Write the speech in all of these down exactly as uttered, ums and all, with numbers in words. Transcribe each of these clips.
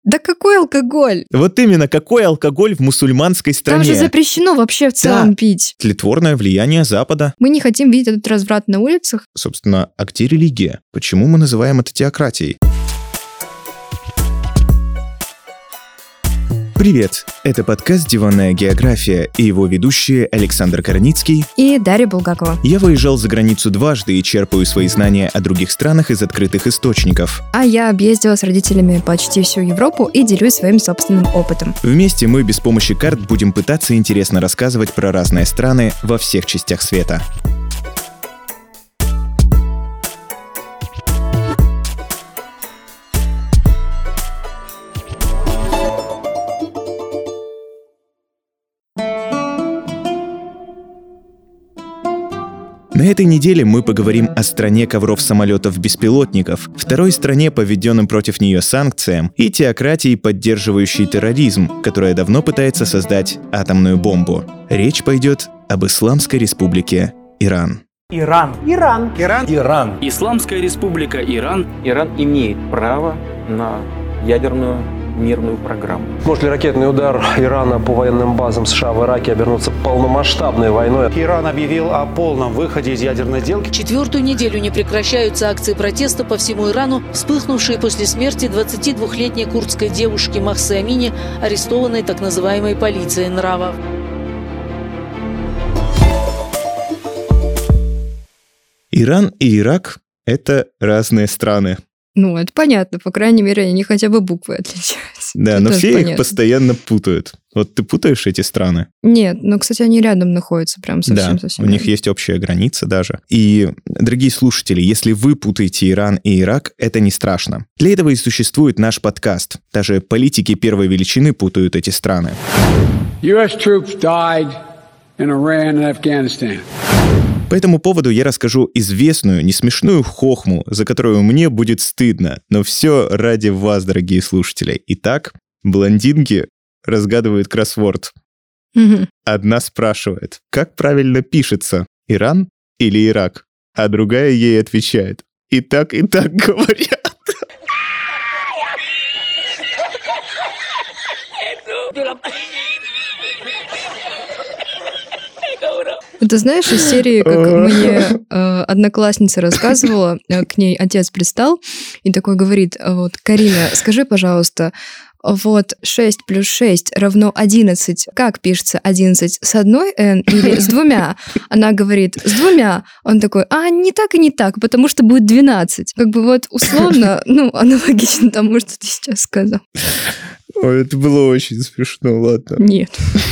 Да какой алкоголь? Вот именно, какой алкоголь в мусульманской стране? Там же запрещено вообще в целом да. пить. Тлетворное влияние Запада. Мы не хотим видеть этот разврат на улицах. Собственно, а где религия? Почему мы называем это теократией? Привет! Это подкаст «Диванная география» и его ведущие Александр Корницкий и Дарья Булгакова. Я выезжал за границу дважды и черпаю свои знания о других странах из открытых источников. А я объездила с родителями почти всю Европу и делюсь своим собственным опытом. Вместе мы без помощи карт будем пытаться интересно рассказывать про разные страны во всех частях света. На этой неделе мы поговорим о стране ковров-самолетов-беспилотников, второй стране по введенным против нее санкциям и теократии, поддерживающей терроризм, которая давно пытается создать атомную бомбу. Речь пойдет об Исламской Республике Иран. Иран. Иран. Иран. Иран. Исламская Республика Иран. Иран имеет право на ядерную мирную программу. Может ли ракетный удар Ирана по военным базам США в Ираке обернуться полномасштабной войной? Иран объявил о полном выходе из ядерной сделки. Четвертую неделю не прекращаются акции протеста по всему Ирану, вспыхнувшие после смерти двадцатидвухлетней курдской девушки Махсы Амини, арестованной так называемой полицией нравов. Иран и Ирак – это разные страны. Ну, это понятно, по крайней мере, они хотя бы буквы отличаются. Да, это но все понятно. Их постоянно путают. Вот ты путаешь эти страны? Нет, но, кстати, они рядом находятся, прям совсем-совсем. Да, у них есть общая граница даже. И, дорогие слушатели, если вы путаете Иран и Ирак, это не страшно. Для этого и существует наш подкаст. Даже политики первой величины путают эти страны. ю эс troops died in Iran and Afghanistan. По этому поводу я расскажу известную, несмешную хохму, за которую мне будет стыдно, но все ради вас, дорогие слушатели. Итак, блондинки разгадывают кроссворд. Угу. Одна спрашивает, как правильно пишется, Иран или Ирак? А другая ей отвечает, и так, и так говорят. Это знаешь, из серии, как мне э, одноклассница рассказывала, э, к ней отец пристал и такой говорит, вот, Карина, скажи, пожалуйста, вот шесть плюс шесть равно одиннадцать. Как пишется одиннадцать? С одной «н» или с двумя? Она говорит, с двумя. Он такой, а не так и не так, потому что будет двенадцать. Как бы вот условно, ну, аналогично тому, что ты сейчас сказал. Ой, это было очень смешно, ладно. Нет.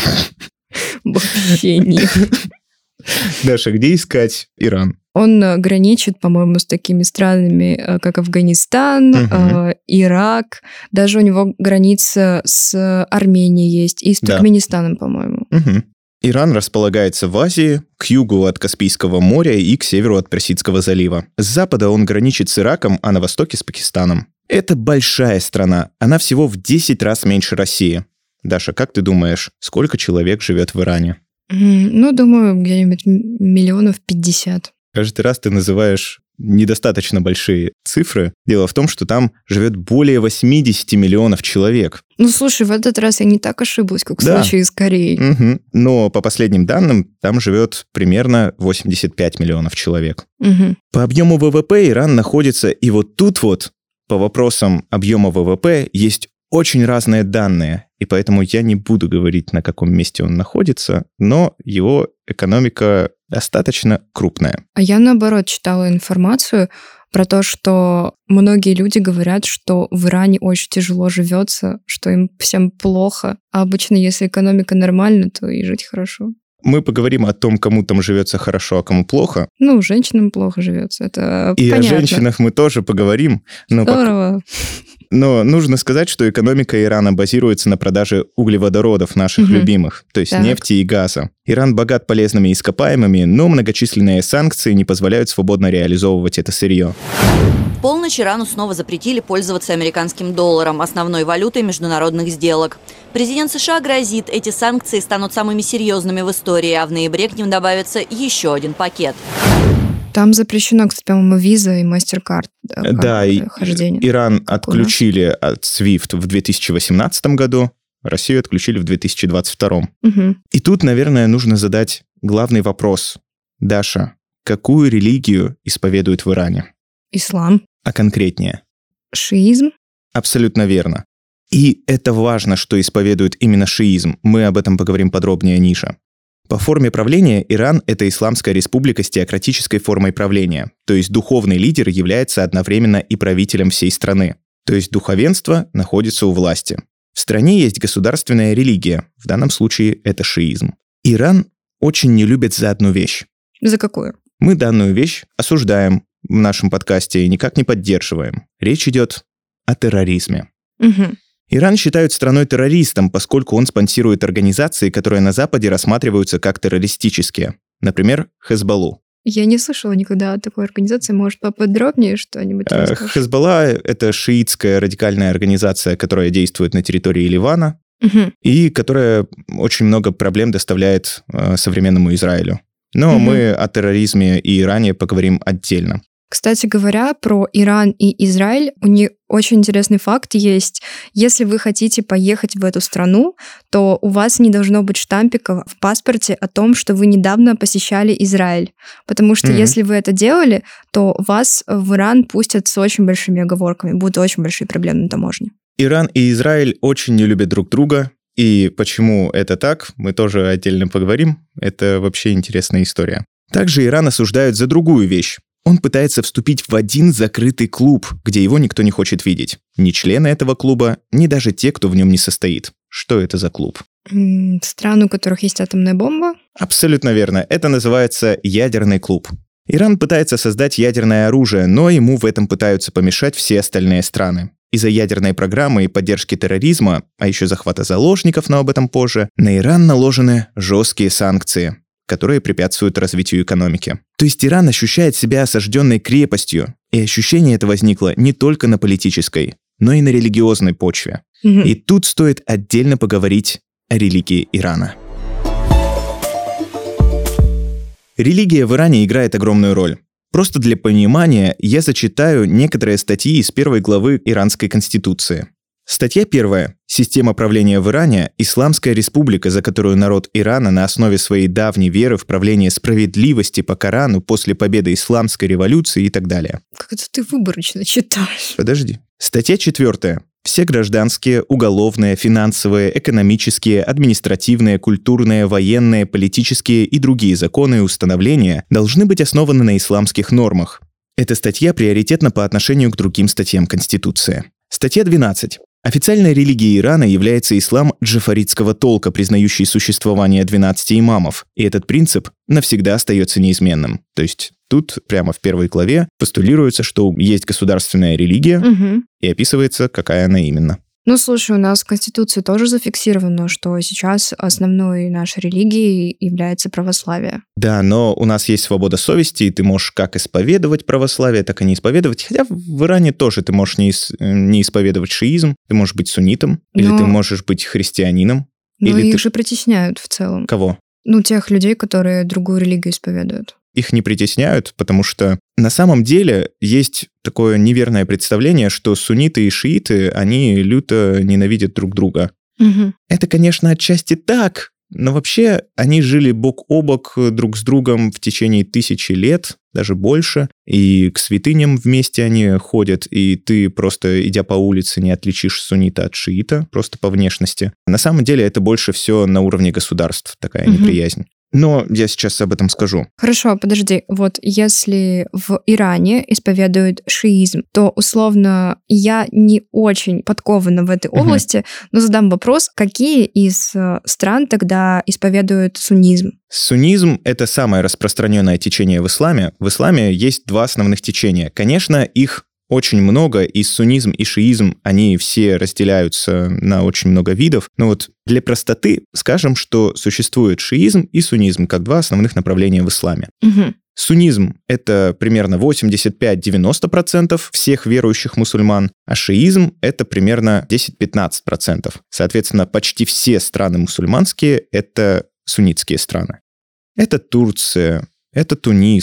Вообще нет. Даша, где искать Иран? Он граничит, по-моему, с такими странами, как Афганистан, угу. Ирак. Даже у него граница с Арменией есть и с Туркменистаном, да. по-моему. Угу. Иран располагается в Азии, к югу от Каспийского моря и к северу от Персидского залива. С запада он граничит с Ираком, а на востоке с Пакистаном. Это большая страна, она всего в десять раз меньше России. Даша, как ты думаешь, сколько человек живет в Иране? Ну, думаю, где-нибудь миллионов пятьдесят. Каждый раз ты называешь недостаточно большие цифры. Дело в том, что там живет более восемьдесят миллионов человек. Ну, слушай, в этот раз я не так ошиблась, как в да. случае с Кореей. Угу. Но по последним данным, там живет примерно восемьдесят пять миллионов человек. Угу. По объему вэ вэ пэ Иран находится, и вот тут вот, по вопросам объема вэ вэ пэ, есть очень разные данные, и поэтому я не буду говорить, на каком месте он находится, но его экономика достаточно крупная. А я, наоборот, читала информацию про то, что многие люди говорят, что в Иране очень тяжело живется, что им всем плохо, а обычно, если экономика нормальна, то и жить хорошо. Мы поговорим о том, кому там живется хорошо, а кому плохо. Ну, женщинам плохо живется, это и понятно. И о женщинах мы тоже поговорим. Но Здорово. Пок... Но нужно сказать, что экономика Ирана базируется на продаже углеводородов наших угу. любимых, то есть так. нефти и газа. Иран богат полезными ископаемыми, но многочисленные санкции не позволяют свободно реализовывать это сырье. В полночь Ирану снова запретили пользоваться американским долларом, основной валютой международных сделок. Президент США грозит, эти санкции станут самыми серьезными в истории, а в ноябре к ним добавится еще один пакет. Там запрещено, кстати, по-моему, виза и MasterCard. Да, да, и хождение. Иран отключили от свифт в две тысячи восемнадцатом году, Россию отключили в две тысячи двадцать втором. Угу. И тут, наверное, нужно задать главный вопрос. Даша, какую религию исповедуют в Иране? Ислам. А конкретнее? Шиизм. Абсолютно верно. И это важно, что исповедует именно шиизм. Мы об этом поговорим подробнее ниже. По форме правления Иран — это исламская республика с теократической формой правления, то есть духовный лидер является одновременно и правителем всей страны, то есть духовенство находится у власти. В стране есть государственная религия, в данном случае это шиизм. Иран очень не любит за одну вещь. За какую? Мы данную вещь осуждаем в нашем подкасте и никак не поддерживаем. Речь идет о терроризме. Угу. Иран считают страной-террористом, поскольку он спонсирует организации, которые на Западе рассматриваются как террористические. Например, Хезболлу. Я не слышала никогда о такой организации. Может, поподробнее что-нибудь расскажешь? Хезболла — это шиитская радикальная организация, которая действует на территории Ливана, угу. и которая очень много проблем доставляет э, современному Израилю. Но угу. мы о терроризме и Иране поговорим отдельно. Кстати говоря, про Иран и Израиль, у них очень интересный факт есть. Если вы хотите поехать в эту страну, то у вас не должно быть штампика в паспорте о том, что вы недавно посещали Израиль. Потому что mm-hmm. если вы это делали, то вас в Иран пустят с очень большими оговорками. Будут очень большие проблемы на таможне. Иран и Израиль очень не любят друг друга. И почему это так, мы тоже отдельно поговорим. Это вообще интересная история. Также Иран осуждают за другую вещь. Он пытается вступить в один закрытый клуб, где его никто не хочет видеть. Ни члены этого клуба, ни даже те, кто в нем не состоит. Что это за клуб? Страны, у которых есть атомная бомба? Абсолютно верно. Это называется ядерный клуб. Иран пытается создать ядерное оружие, но ему в этом пытаются помешать все остальные страны. Из-за ядерной программы и поддержки терроризма, а еще захвата заложников, но об этом позже, на Иран наложены жесткие санкции, которые препятствуют развитию экономики. То есть Иран ощущает себя осажденной крепостью, и ощущение это возникло не только на политической, но и на религиозной почве. Угу. И тут стоит отдельно поговорить о религии Ирана. Религия в Иране играет огромную роль. Просто для понимания я зачитаю некоторые статьи из первой главы Иранской конституции. Статья первая. Система правления в Иране – Исламская республика, за которую народ Ирана на основе своей давней веры в правление справедливости по Корану после победы Исламской революции и так далее. Как это ты выборочно читаешь? Подожди. Статья четвертая. Все гражданские, уголовные, финансовые, экономические, административные, культурные, военные, политические и другие законы и установления должны быть основаны на исламских нормах. Эта статья приоритетна по отношению к другим статьям Конституции. Статья двенадцать. Официальной религией Ирана является ислам джафаритского толка, признающий существование двенадцати имамов, и этот принцип навсегда остается неизменным. То есть тут прямо в первой главе постулируется, что есть государственная религия, угу. и описывается, какая она именно. Ну, слушай, у нас в Конституции тоже зафиксировано, что сейчас основной нашей религией является православие. Да, но у нас есть свобода совести, и ты можешь как исповедовать православие, так и не исповедовать. Хотя в Иране тоже ты можешь не, ис- не исповедовать шиизм, ты можешь быть суннитом, но... или ты можешь быть христианином. Но или их ты... же притесняют в целом. Кого? Ну, тех людей, которые другую религию исповедуют. Их не притесняют, потому что на самом деле есть такое неверное представление, что сунниты и шииты, они люто ненавидят друг друга. Угу. Это, конечно, отчасти так, но вообще они жили бок о бок друг с другом в течение тысячи лет, даже больше, и к святыням вместе они ходят, и ты просто, идя по улице, не отличишь суннита от шиита, просто по внешности. На самом деле это больше все на уровне государств, такая угу. неприязнь. Но я сейчас об этом скажу. Хорошо, подожди. Вот если в Иране исповедуют шиизм, то условно я не очень подкована в этой области, угу. но задам вопрос, какие из стран тогда исповедуют суннизм? Суннизм — это самое распространенное течение в исламе. В исламе есть два основных течения. Конечно, их очень много, и суннизм, и шиизм, они все разделяются на очень много видов. Но вот для простоты скажем, что существует шиизм и суннизм как два основных направления в исламе. Угу. Суннизм — это примерно восемьдесят пять - девяносто процентов всех верующих мусульман, а шиизм — это примерно десять-пятнадцать процентов. Соответственно, почти все страны мусульманские — это суннитские страны. Это Турция, это Тунис,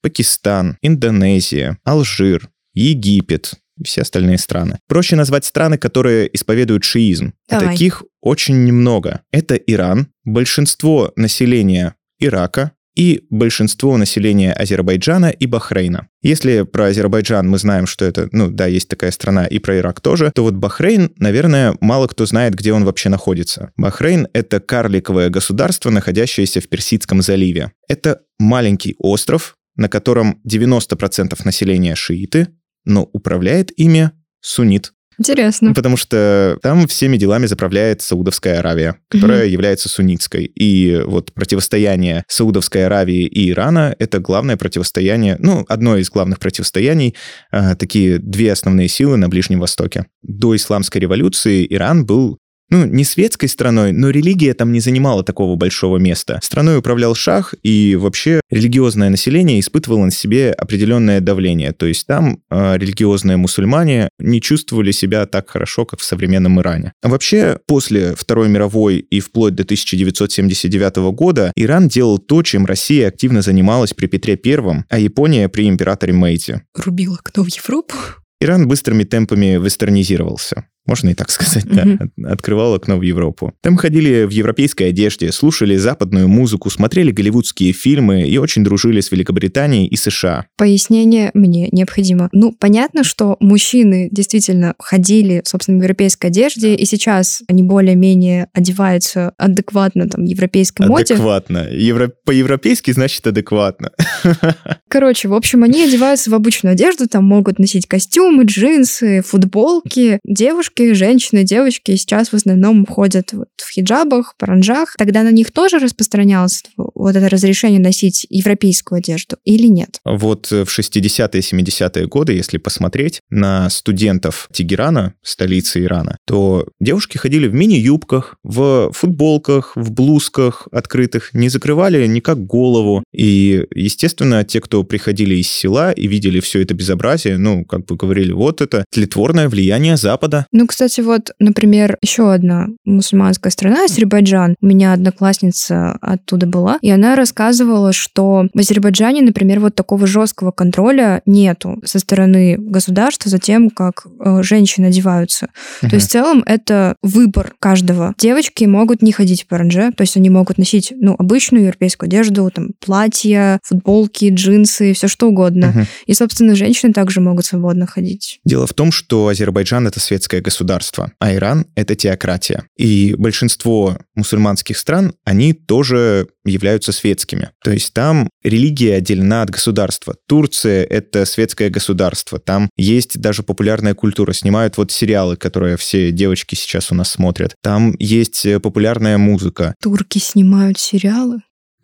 Пакистан, Индонезия, Алжир, Египет и все остальные страны. Проще назвать страны, которые исповедуют шиизм. Давай. Таких очень немного. Это Иран, большинство населения Ирака и большинство населения Азербайджана и Бахрейна. Если про Азербайджан мы знаем, что это, ну да, есть такая страна, и про Ирак тоже, то вот Бахрейн, наверное, мало кто знает, где он вообще находится. Бахрейн — это карликовое государство, находящееся в Персидском заливе. Это маленький остров, на котором девяносто процентов населения шииты, но управляет ими суннит. Интересно. Потому что там всеми делами заправляет Саудовская Аравия, которая mm-hmm. является суннитской. И вот противостояние Саудовской Аравии и Ирана — это главное противостояние, ну, одно из главных противостояний, а, такие две основные силы на Ближнем Востоке. До исламской революции Иран был, ну, не светской страной, но религия там не занимала такого большого места. Страной управлял шах, и вообще религиозное население испытывало на себе определенное давление. То есть там э, религиозные мусульмане не чувствовали себя так хорошо, как в современном Иране. А вообще, после Второй мировой и вплоть до тысяча девятьсот семьдесят девятого года Иран делал то, чем Россия активно занималась при Петре Первом, а Япония при императоре Мэйдзи. Рубил окно в Европу. Иран быстрыми темпами вестернизировался. Можно и так сказать, mm-hmm. да. Открывал окно в Европу. Там ходили в европейской одежде, слушали западную музыку, смотрели голливудские фильмы и очень дружили с Великобританией и США. Пояснение мне необходимо. Ну, понятно, что мужчины действительно ходили, собственно, в европейской одежде, и сейчас они более-менее одеваются адекватно там европейской моде. Адекватно. Евро... По-европейски значит адекватно. Короче, в общем, они одеваются в обычную одежду, там могут носить костюмы, джинсы, футболки. Девушки, женщины, девочки сейчас в основном ходят вот в хиджабах, паранджах. Тогда на них тоже распространялось вот это разрешение носить европейскую одежду или нет? Вот в шестидесятые, семидесятые годы, если посмотреть на студентов Тегерана, столицы Ирана, то девушки ходили в мини-юбках, в футболках, в блузках открытых, не закрывали никак голову. И, естественно, те, кто приходили из села и видели все это безобразие, ну, как бы говорили, вот это тлетворное влияние Запада. Ну, кстати, вот, например, еще одна мусульманская страна, Азербайджан. У меня одноклассница оттуда была, и она рассказывала, что в Азербайджане, например, вот такого жесткого контроля нету со стороны государства за тем, как э, женщины одеваются. Uh-huh. То есть в целом это выбор каждого. Девочки могут не ходить в парандже, то есть они могут носить, ну, обычную европейскую одежду, там, платья, футболки, джинсы, все что угодно. Uh-huh. И, собственно, женщины также могут свободно ходить. Дело в том, что Азербайджан — это светское государство, а Иран — это теократия. И большинство мусульманских стран, они тоже являются светскими. То есть там религия отделена от государства. Турция — это светское государство. Там есть даже популярная культура. Снимают вот сериалы, которые все девочки сейчас у нас смотрят. Там есть популярная музыка. Турки снимают сериалы?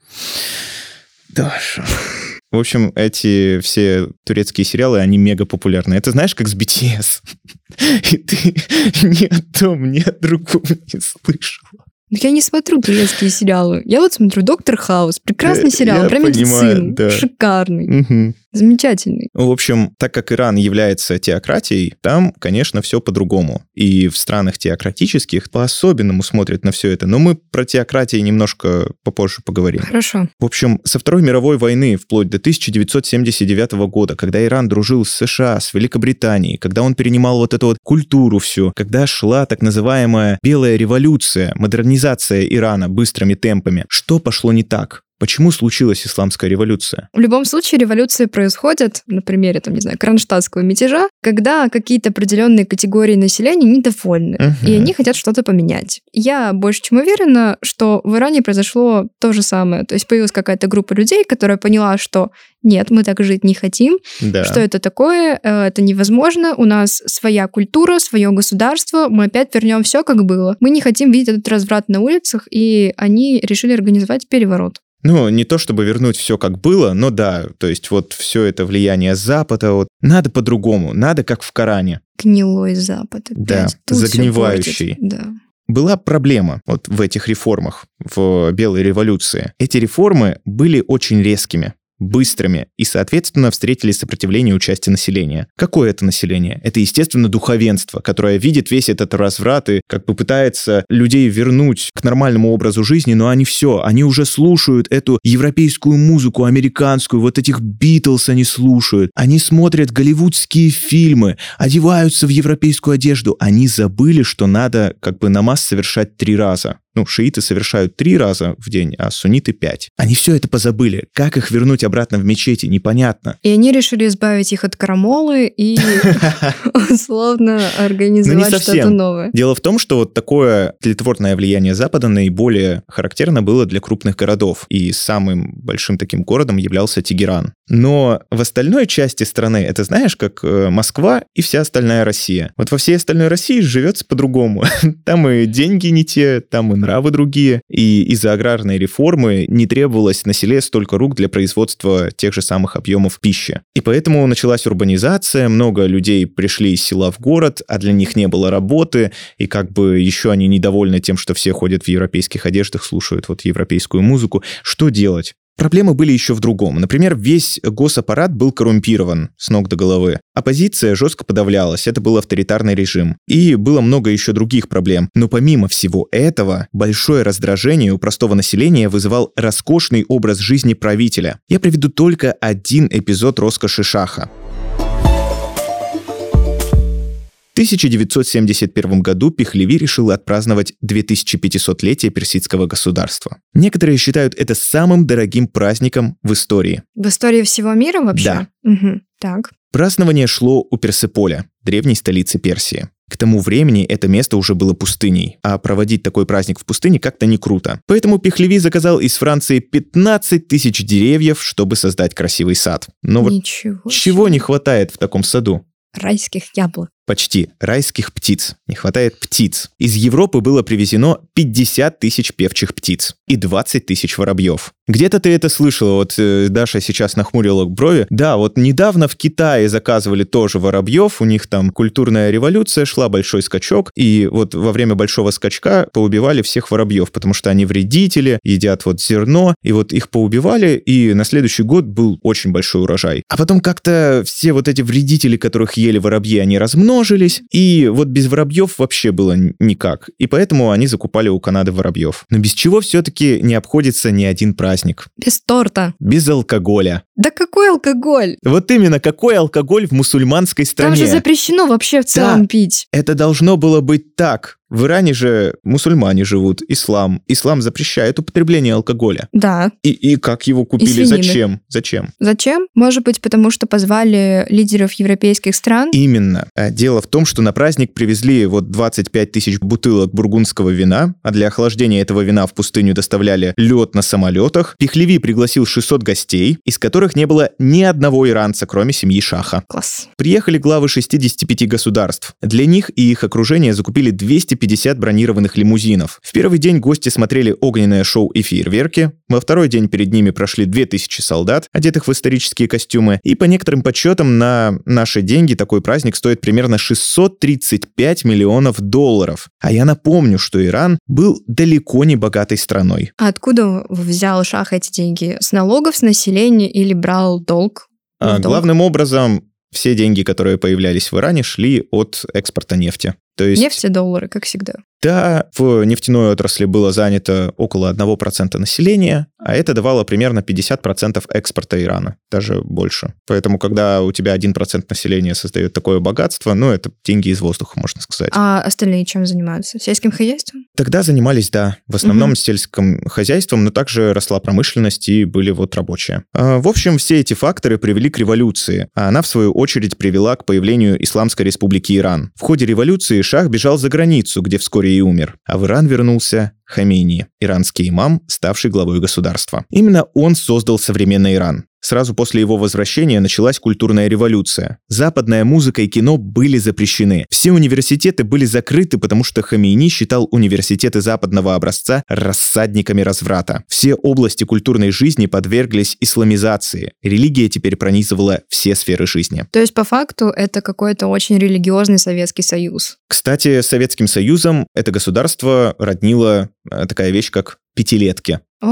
Даша... В общем, эти все турецкие сериалы, они мега популярны. Это знаешь, как с би ти эс. И ты ни о том, ни о другом не слышала. Я не смотрю турецкие сериалы. Я вот смотрю «Доктор Хаус». Прекрасный сериал Я про понимаю, медицину. Да. Шикарный. Угу. Замечательный. В общем, так как Иран является теократией, там, конечно, все по-другому. И в странах теократических по-особенному смотрят на все это. Но мы про теократии немножко попозже поговорим. Хорошо. В общем, со Второй мировой войны вплоть до тысяча девятьсот семьдесят девятого года, когда Иран дружил с США, с Великобританией, когда он перенимал вот эту вот культуру всю, когда шла так называемая белая революция, модернизация Ирана быстрыми темпами, что пошло не так? Почему случилась исламская революция? В любом случае революции происходят, на примере, там, не знаю, кронштадтского мятежа, когда какие-то определенные категории населения недовольны, uh-huh. и они хотят что-то поменять. Я больше чем уверена, что в Иране произошло то же самое. То есть появилась какая-то группа людей, которая поняла, что нет, мы так жить не хотим, да. что это такое, это невозможно, у нас своя культура, свое государство, мы опять вернем все, как было. Мы не хотим видеть этот разврат на улицах, и они решили организовать переворот. Ну, не то чтобы вернуть все как было, но да, то есть вот все это влияние Запада, вот надо по-другому, надо как в Коране. Гнилой Запад опять. Да, Тут загнивающий. Да. Была проблема вот в этих реформах, в Белой революции. Эти реформы были очень резкими. быстрыми и, соответственно, встретили сопротивление у части населения. Какое это население? Это, естественно, духовенство, которое видит весь этот разврат и как бы пытается людей вернуть к нормальному образу жизни, но они все, они уже слушают эту европейскую музыку, американскую, вот этих Битлз они слушают, они смотрят голливудские фильмы, одеваются в европейскую одежду, они забыли, что надо как бы намаз совершать три раза. Ну, шииты совершают три раза в день, а сунниты пять. Они все это позабыли. Как их вернуть обратно в мечети, непонятно. И они решили избавить их от крамолы и условно организовать что-то новое. Дело в том, что вот такое тлетворное влияние Запада наиболее характерно было для крупных городов. И самым большим таким городом являлся Тегеран. Но в остальной части страны, это знаешь, как Москва и вся остальная Россия. Вот во всей остальной России живется по-другому. Там и деньги не те, там и нравы другие, и из-за аграрной реформы не требовалось на селе столько рук для производства тех же самых объемов пищи. И поэтому началась урбанизация, много людей пришли из села в город, а для них не было работы, и как бы еще они недовольны тем, что все ходят в европейских одеждах, слушают вот европейскую музыку. Что делать? Проблемы были еще в другом. Например, весь госаппарат был коррумпирован с ног до головы. Оппозиция жестко подавлялась, это был авторитарный режим. И было много еще других проблем. Но помимо всего этого, большое раздражение у простого населения вызывал роскошный образ жизни правителя. Я приведу только один эпизод роскоши шаха. В тысяча девятьсот семьдесят первом году Пехлеви решил отпраздновать две тысячи пятисотлетие персидского государства. Некоторые считают это самым дорогим праздником в истории. В истории всего мира вообще? Да. Угу. Так. Празднование шло у Персеполя, древней столицы Персии. К тому времени это место уже было пустыней, а проводить такой праздник в пустыне как-то не круто. Поэтому Пехлеви заказал из Франции пятнадцать тысяч деревьев, чтобы создать красивый сад. Но Ничего вот чего не хватает в таком саду? Райских яблок. Почти. Райских птиц. Не хватает птиц. Из Европы было привезено пятьдесят тысяч певчих птиц и двадцать тысяч воробьев. Где-то ты это слышала, вот э, Даша сейчас нахмурила брови. Да, вот недавно в Китае заказывали тоже воробьев, у них там культурная революция шла, большой скачок, и вот во время большого скачка поубивали всех воробьев, потому что они вредители, едят вот зерно, и вот их поубивали, и на следующий год был очень большой урожай. А потом как-то все вот эти вредители, которых ели воробьи, они размножились, и вот без воробьев вообще было никак, и поэтому они закупали у Канады воробьев. Но без чего все-таки не обходится ни один праздник? Без торта. Без алкоголя. Да какой алкоголь? Вот именно, какой алкоголь в мусульманской стране? Там же запрещено вообще в целом да, пить. Это должно было быть так. В Иране же мусульмане живут, ислам. Ислам запрещает употребление алкоголя. Да. И, и как его купили? Зачем? Зачем? Зачем? Может быть, потому что позвали лидеров европейских стран? Именно. Дело в том, что на праздник привезли вот двадцать пять тысяч бутылок бургундского вина, а для охлаждения этого вина в пустыню доставляли лед на самолетах. Пехлеви пригласил шестьсот гостей, из которых не было ни одного иранца, кроме семьи шаха. Класс. Приехали главы шестидесяти пяти государств. Для них и их окружения закупили двести пятьдесят бронированных лимузинов. В первый день гости смотрели огненное шоу и фейерверки. Во второй день перед ними прошли две тысячи солдат, одетых в исторические костюмы. И по некоторым подсчетам на наши деньги такой праздник стоит примерно шестьсот тридцать пять миллионов долларов. А я напомню, что Иран был далеко не богатой страной. А откуда взял шах эти деньги? С налогов, с населения или брал долг? А, долг? Главным образом, все деньги, которые появлялись в Иране, шли от экспорта нефти. То есть, нефть и доллары, как всегда. Да, в нефтяной отрасли было занято около одного процента населения, а это давало примерно пятьдесят процентов экспорта Ирана, даже больше. Поэтому, когда у тебя один процент населения создает такое богатство, ну, это деньги из воздуха, можно сказать. А остальные чем занимаются? Сельским хозяйством? Тогда занимались, да, в основном угу. сельским хозяйством, но также росла промышленность и были вот рабочие. В общем, все эти факторы привели к революции, а она, в свою очередь, привела к появлению Исламской Республики Иран. В ходе революции шах бежал за границу, где вскоре и умер, а в Иран вернулся Хамейни, иранский имам, ставший главой государства. Именно он создал современный Иран. Сразу после его возвращения началась культурная революция. Западная музыка и кино были запрещены. Все университеты были закрыты, потому что Хамейни считал университеты западного образца рассадниками разврата. Все области культурной жизни подверглись исламизации. Религия теперь пронизывала все сферы жизни. То есть, по факту, это какой-то очень религиозный Советский Союз. Кстати, с Советским Союзом это государство роднило такая вещь, как пятилетки. О.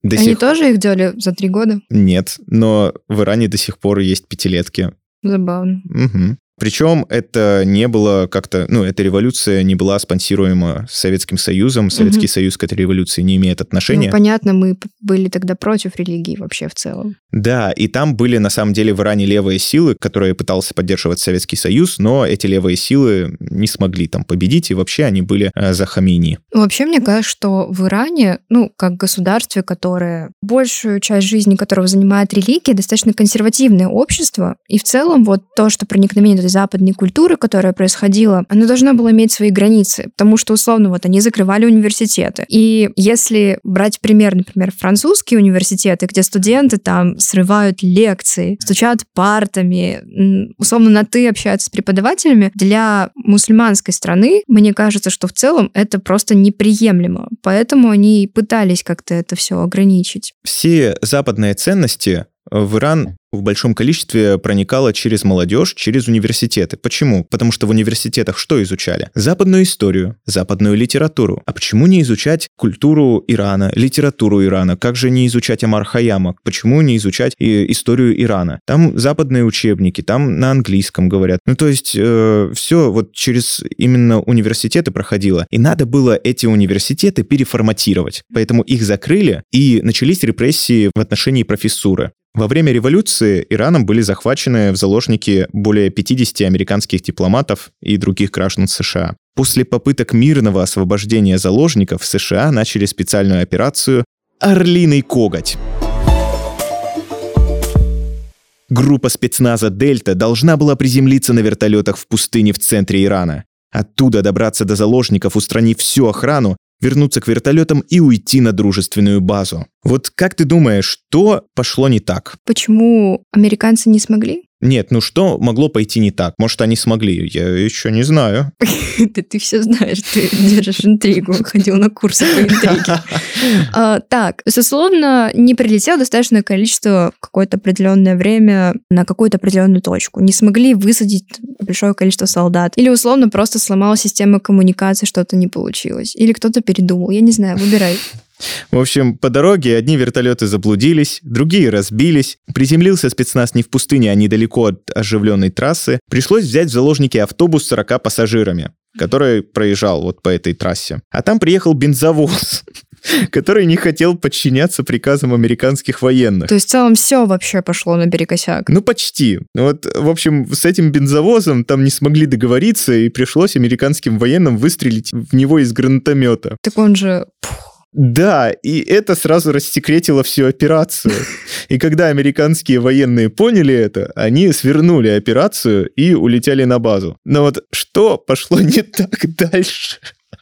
До Они сих... тоже их делали за три года? Нет, но в Иране до сих пор есть пятилетки. Забавно. Угу. Причем это не было как-то... Ну, эта революция не была спонсируема Советским Союзом. Советский угу. Союз к этой революции не имеет отношения. Ну, понятно, мы были тогда против религии вообще в целом. Да, и там были, на самом деле, в Иране левые силы, которые пытался поддерживать Советский Союз, но эти левые силы не смогли там победить, и вообще они были э, за Хамейни. Вообще, мне кажется, что в Иране, ну, как государстве, которое большую часть жизни которого занимает религия, достаточно консервативное общество, и в целом вот то, что проникновение этой западной культуры, которая происходила, оно должно было иметь свои границы, потому что, условно, вот они закрывали университеты. И если брать пример, например, французские университеты, где студенты там срывают лекции, стучат партами, условно на «ты» общаются с преподавателями, для мусульманской страны, мне кажется, что в целом это просто неприемлемо. Поэтому они пытались как-то это все ограничить. Все западные ценности в Иран в большом количестве проникало через молодежь, через университеты. Почему? Потому что в университетах что изучали? Западную историю, западную литературу. А почему не изучать культуру Ирана, литературу Ирана? Как же не изучать Омар Хайяма? Почему не изучать и историю Ирана? Там западные учебники, там на английском говорят. Ну, то есть э, все вот через именно университеты проходило. И надо было эти университеты переформатировать. Поэтому их закрыли, и начались репрессии в отношении профессуры. Во время революции Ираном были захвачены в заложники более пятидесяти американских дипломатов и других граждан США. После попыток мирного освобождения заложников США начали специальную операцию «Орлиный коготь». Группа спецназа «Дельта» должна была приземлиться на вертолетах в пустыне в центре Ирана. Оттуда добраться до заложников, устранив всю охрану, вернуться к вертолетам и уйти на дружественную базу. Вот как ты думаешь, что пошло не так? Почему американцы не смогли? Нет, ну что могло пойти не так? Может, они смогли? Я еще не знаю. Да ты все знаешь, ты держишь интригу, ходил на курсы по интриге. Так, условно, не прилетело достаточное количество в какое-то определенное время на какую-то определенную точку. Не смогли высадить большое количество солдат. Или, условно, просто сломала система коммуникации, что-то не получилось. Или кто-то передумал. Я не знаю, выбирай. В общем, по дороге одни вертолеты заблудились, другие разбились. Приземлился спецназ не в пустыне, а недалеко от оживленной трассы. Пришлось взять в заложники автобус с сорока пассажирами, который проезжал вот по этой трассе. А там приехал бензовоз, который не хотел подчиняться приказам американских военных. То есть в целом все вообще пошло наперекосяк? Ну, почти. Вот, в общем, с этим бензовозом там не смогли договориться, и пришлось американским военным выстрелить в него из гранатомета. Так он же... Да, и это сразу рассекретило всю операцию. И когда американские военные поняли это, они свернули операцию и улетели на базу. Но вот что пошло не так дальше?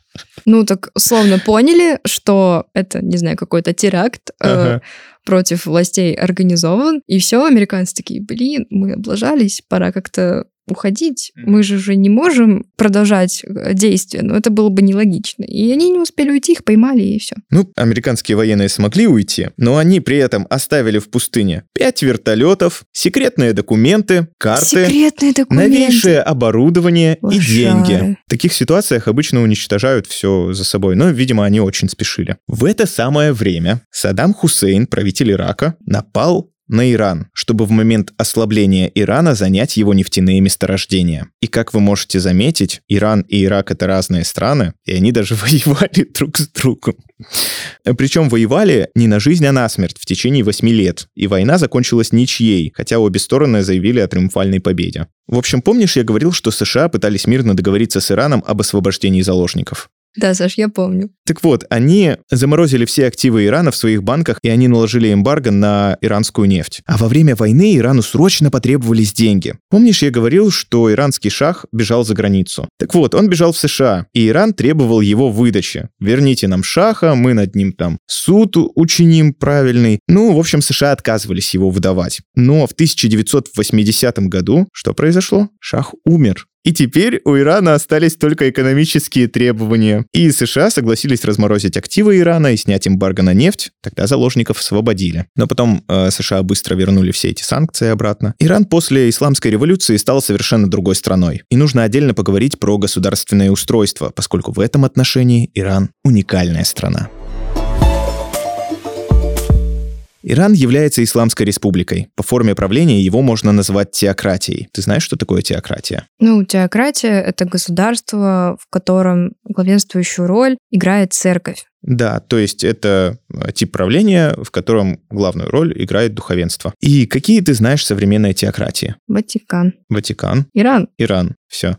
Ну, так условно поняли, что это, не знаю, какой-то теракт ага. э, против властей организован, и все, американцы такие, блин, мы облажались, пора как-то уходить. Мы же уже не можем продолжать действия, но это было бы нелогично. И они не успели уйти, их поймали, и все. Ну, американские военные смогли уйти, но они при этом оставили в пустыне пять вертолетов, секретные документы, карты, секретные документы, новейшее оборудование Боже. И деньги. В таких ситуациях обычно уничтожают все за собой, но, видимо, они очень спешили. В это самое время Саддам Хусейн, правитель Ирака, напал на Иран, чтобы в момент ослабления Ирана занять его нефтяные месторождения. И как вы можете заметить, Иран и Ирак — это разные страны, и они даже воевали друг с другом. Причем воевали не на жизнь, а на смерть в течение восьми лет. И война закончилась ничьей, хотя обе стороны заявили о триумфальной победе. В общем, помнишь, я говорил, что США пытались мирно договориться с Ираном об освобождении заложников? Да, Саш, я помню. Так вот, они заморозили все активы Ирана в своих банках, и они наложили эмбарго на иранскую нефть. А во время войны Ирану срочно потребовались деньги. Помнишь, я говорил, что иранский шах бежал за границу? Так вот, он бежал в США, и Иран требовал его выдачи. Верните нам шаха, мы над ним там суд учиним правильный. Ну, в общем, США отказывались его выдавать. Но в тысяча девятьсот восьмидесятом году что произошло? Шах умер. И теперь у Ирана остались только экономические требования. И США согласились разморозить активы Ирана и снять эмбарго на нефть. Тогда заложников освободили. Но потом э, США быстро вернули все эти санкции обратно. Иран после исламской революции стал совершенно другой страной. И нужно отдельно поговорить про государственное устройство, поскольку в этом отношении Иран уникальная страна. Иран является исламской республикой. По форме правления его можно назвать теократией. Ты знаешь, что такое теократия? Ну, теократия — это государство, в котором главенствующую роль играет церковь. Да, то есть это тип правления, в котором главную роль играет духовенство. И какие ты знаешь современные теократии? Ватикан. Ватикан. Иран. Иран. Все.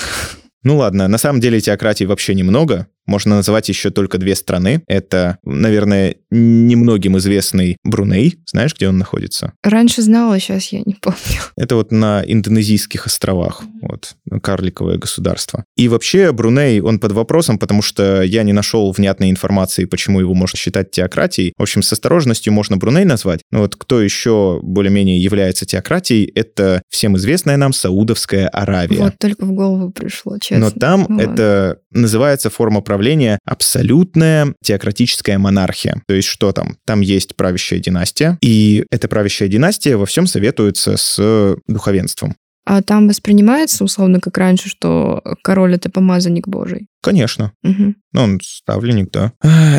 Ну ладно, на самом деле теократий вообще немного. Можно называть еще только две страны. Это, наверное, немногим известный Бруней. Знаешь, где он находится? Раньше знала, сейчас я не помню. Это вот на Индонезийских островах. Вот, карликовое государство. И вообще Бруней, он под вопросом, потому что я не нашел внятной информации, почему его можно считать теократией. В общем, с осторожностью можно Бруней назвать. Но вот кто еще более-менее является теократией, это всем известная нам Саудовская Аравия. Вот только в голову пришло, честно. Но там ну, это называется форма правления абсолютная теократическая монархия. То есть что там? Там есть правящая династия, и эта правящая династия во всем советуется с духовенством. А там воспринимается, условно, как раньше, что король — это помазанник Божий? Конечно. Угу. Ну, он ставленник, да.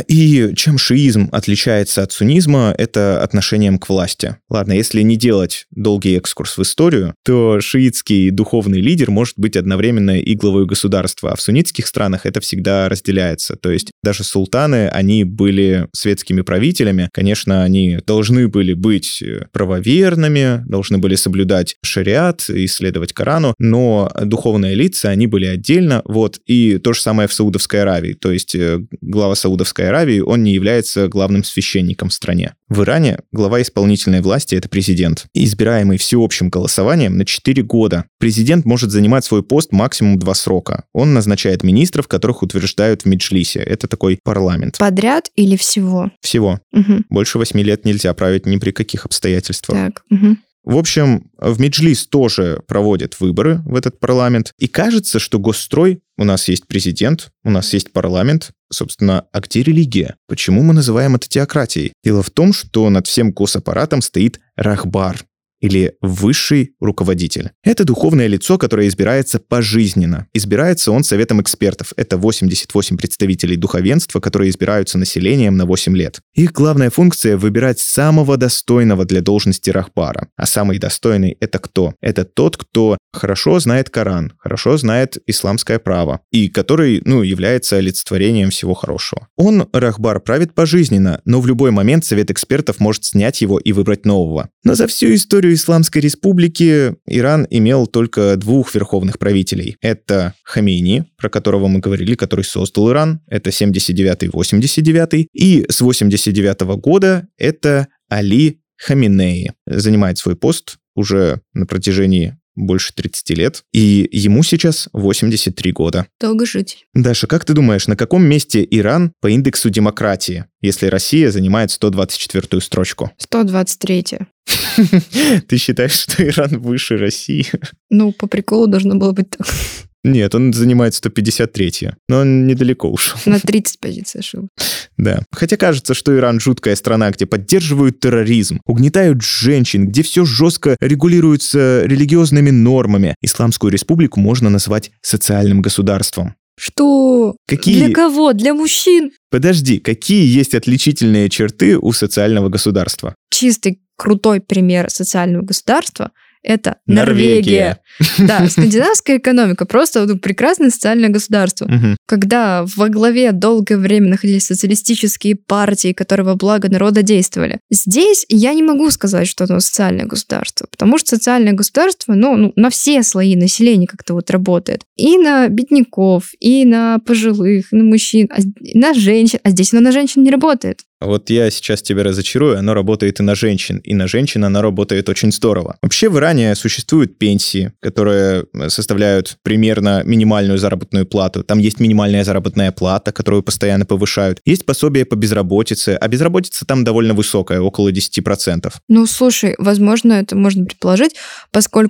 И чем шиизм отличается от суннизма, это отношением к власти. Ладно, если не делать долгий экскурс в историю, то шиитский духовный лидер может быть одновременно и главой государства, а в суннитских странах это всегда разделяется. То есть даже султаны, они были светскими правителями. Конечно, они должны были быть правоверными, должны были соблюдать шариат, исследовать Корану, но духовные лица, они были отдельно. Вот. И то же самое в Саудовской Аравии. То есть глава Саудовской Аравии, он не является главным священником в стране. В Иране глава исполнительной власти — это президент, избираемый всеобщим голосованием на четыре года. Президент может занимать свой пост максимум два срока. Он назначает министров, которых утверждают в Меджлисе. Это такой парламент. Подряд или всего? Всего. Угу. Больше восьми лет нельзя править ни при каких обстоятельствах. Так, угу. В общем, в Меджлис тоже проводят выборы в этот парламент. И кажется, что госстрой, у нас есть президент, у нас есть парламент. Собственно, а где религия? Почему мы называем это теократией? Дело в том, что над всем госаппаратом стоит рахбар, или высший руководитель. Это духовное лицо, которое избирается пожизненно. Избирается он советом экспертов. Это восемьдесят восемь представителей духовенства, которые избираются населением на восемь лет. Их главная функция — выбирать самого достойного для должности рахбара. А самый достойный — это кто? Это тот, кто хорошо знает Коран, хорошо знает исламское право, и который, ну, является олицетворением всего хорошего. Он, рахбар, правит пожизненно, но в любой момент совет экспертов может снять его и выбрать нового. Но за всю историю Исламской республики Иран имел только двух верховных правителей. Это Хамейни, про которого мы говорили, который создал Иран, это семьдесят девятый — восемьдесят девятый, и с восемьдесят девятого года это Али Хаминеи. Занимает свой пост уже на протяжении больше тридцати лет, и ему сейчас восемьдесят три года. Долго жить. Даша, как ты думаешь, на каком месте Иран по индексу демократии, если Россия занимает сто двадцать четвёртую строчку? сто двадцать третья. Ты считаешь, что Иран выше России? Ну, по приколу должно было быть так. Нет, он занимает сто пятьдесят третью, но он недалеко ушел. На тридцать позиций ошибок. Да. Хотя кажется, что Иран жуткая страна, где поддерживают терроризм, угнетают женщин, где все жестко регулируется религиозными нормами. Исламскую республику можно назвать социальным государством. Что? Какие... Для кого? Для мужчин? Подожди, какие есть отличительные черты у социального государства? Чистый крутой пример социального государства — это Норвегия. Норвегия. Да, скандинавская экономика, просто ну, прекрасное социальное государство. Угу. Когда во главе долгое время находились социалистические партии, которые во благо народа действовали. Здесь я не могу сказать, что оно социальное государство, потому что социальное государство, ну, ну на все слои населения как-то вот работает. И на бедняков, и на пожилых, и на мужчин, и на женщин. А здесь оно на женщин не работает. Вот я сейчас тебя разочарую, оно работает и на женщин, и на женщин оно работает очень здорово. Вообще в Иране существуют пенсии, которые составляют примерно минимальную заработную плату. Там есть минимальная заработная плата, которую постоянно повышают. Есть пособие по безработице, а безработица там довольно высокая, около десять процентов. Ну, слушай, возможно, это можно предположить, поскольку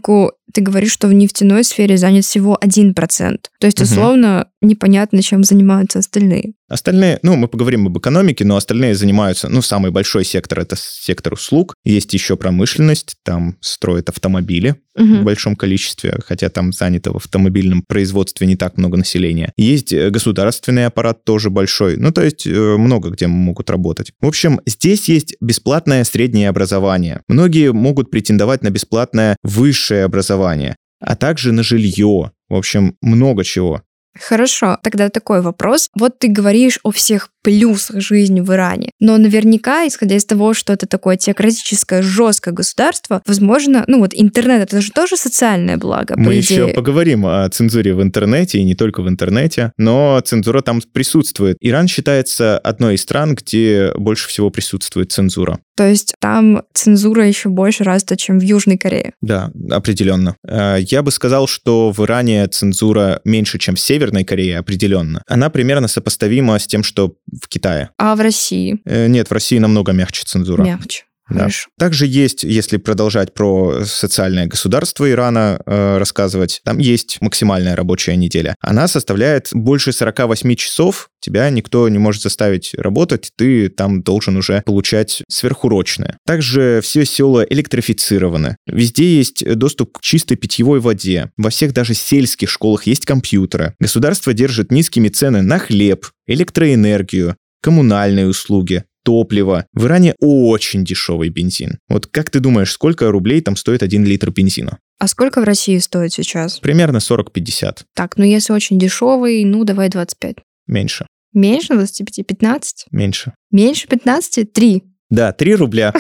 ты говоришь, что в нефтяной сфере занят всего один процент. То есть, условно, угу. непонятно, чем занимаются остальные. Остальные, ну, мы поговорим об экономике, но остальные занимаются, ну, самый большой сектор – это сектор услуг. Есть еще промышленность, там строят автомобили угу. в большом количестве, хотя там занято в автомобильном производстве не так много населения. Есть государственный аппарат тоже большой, ну, то есть много где могут работать. В общем, здесь есть бесплатное среднее образование. Многие могут претендовать на бесплатное высшее образование, а также на жилье. В общем, много чего. Хорошо, тогда такой вопрос. Вот ты говоришь о всех плюсах жизни в Иране, но наверняка, исходя из того, что это такое теократическое, жесткое государство, возможно, ну вот интернет, это же тоже социальное благо, по Мы идее. еще поговорим о цензуре в интернете, и не только в интернете, но цензура там присутствует. Иран считается одной из стран, где больше всего присутствует цензура. То есть там цензура еще больше развита, чем в Южной Корее? Да, определенно. Я бы сказал, что в Иране цензура меньше, чем в Северной Корее, определенно. Она примерно сопоставима с тем, что в Китае. А в России? Нет, в России намного мягче цензура. Мягче. Да. Также есть, если продолжать про социальное государство Ирана э, рассказывать, там есть максимальная рабочая неделя. Она составляет больше сорок восемь часов, тебя никто не может заставить работать, ты там должен уже получать сверхурочное. Также все села электрифицированы. Везде есть доступ к чистой питьевой воде. Во всех даже сельских школах есть компьютеры. Государство держит низкими цены на хлеб, электроэнергию, коммунальные услуги, топливо. В Иране очень дешевый бензин. Вот как ты думаешь, сколько рублей там стоит один литр бензина? А сколько в России стоит сейчас? Примерно сорок-пятьдесят. Так, ну если очень дешевый, ну давай двадцать пять. Меньше. Меньше двадцати пяти? пятнадцать? Меньше. Меньше пятнадцати? три. Да, три рубля.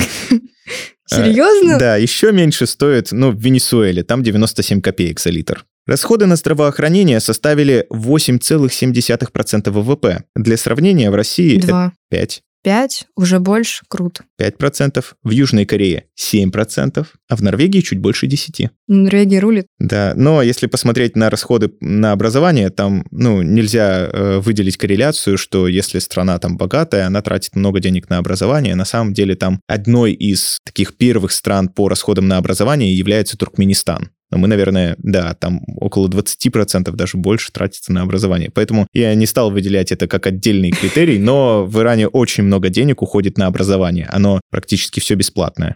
Серьезно? Да, еще меньше стоит, ну, в Венесуэле, там девяносто семь копеек за литр. Расходы на здравоохранение составили восемь целых семь десятых процента ВВП. Для сравнения, в России Два. это пять. Пять? Уже больше? Круто. пять процентов. В Южной Корее семь процентов, а в Норвегии чуть больше десяти. Норвегия рулит. Да, но если посмотреть на расходы на образование, там, ну, нельзя э, выделить корреляцию, что если страна там богатая, она тратит много денег на образование. На самом деле там одной из таких первых стран по расходам на образование является Туркменистан. Но мы, наверное, да, там около двадцать процентов, даже больше тратится на образование. Поэтому я не стал выделять это как отдельный критерий, но в Иране очень много денег уходит на образование. Оно практически все бесплатное.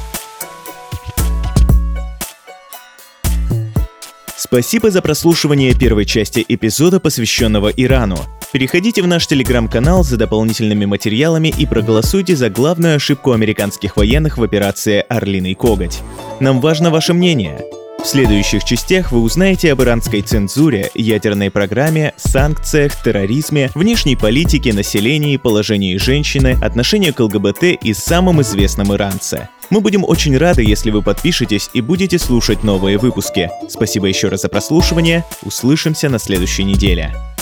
Спасибо за прослушивание первой части эпизода, посвященного Ирану. Переходите в наш телеграм-канал за дополнительными материалами и проголосуйте за главную ошибку американских военных в операции «Орлиный коготь». Нам важно ваше мнение. В следующих частях вы узнаете об иранской цензуре, ядерной программе, санкциях, терроризме, внешней политике, населении, положении женщины, отношении к ЛГБТ и самом известном иранце. Мы будем очень рады, если вы подпишетесь и будете слушать новые выпуски. Спасибо еще раз за прослушивание. Услышимся на следующей неделе.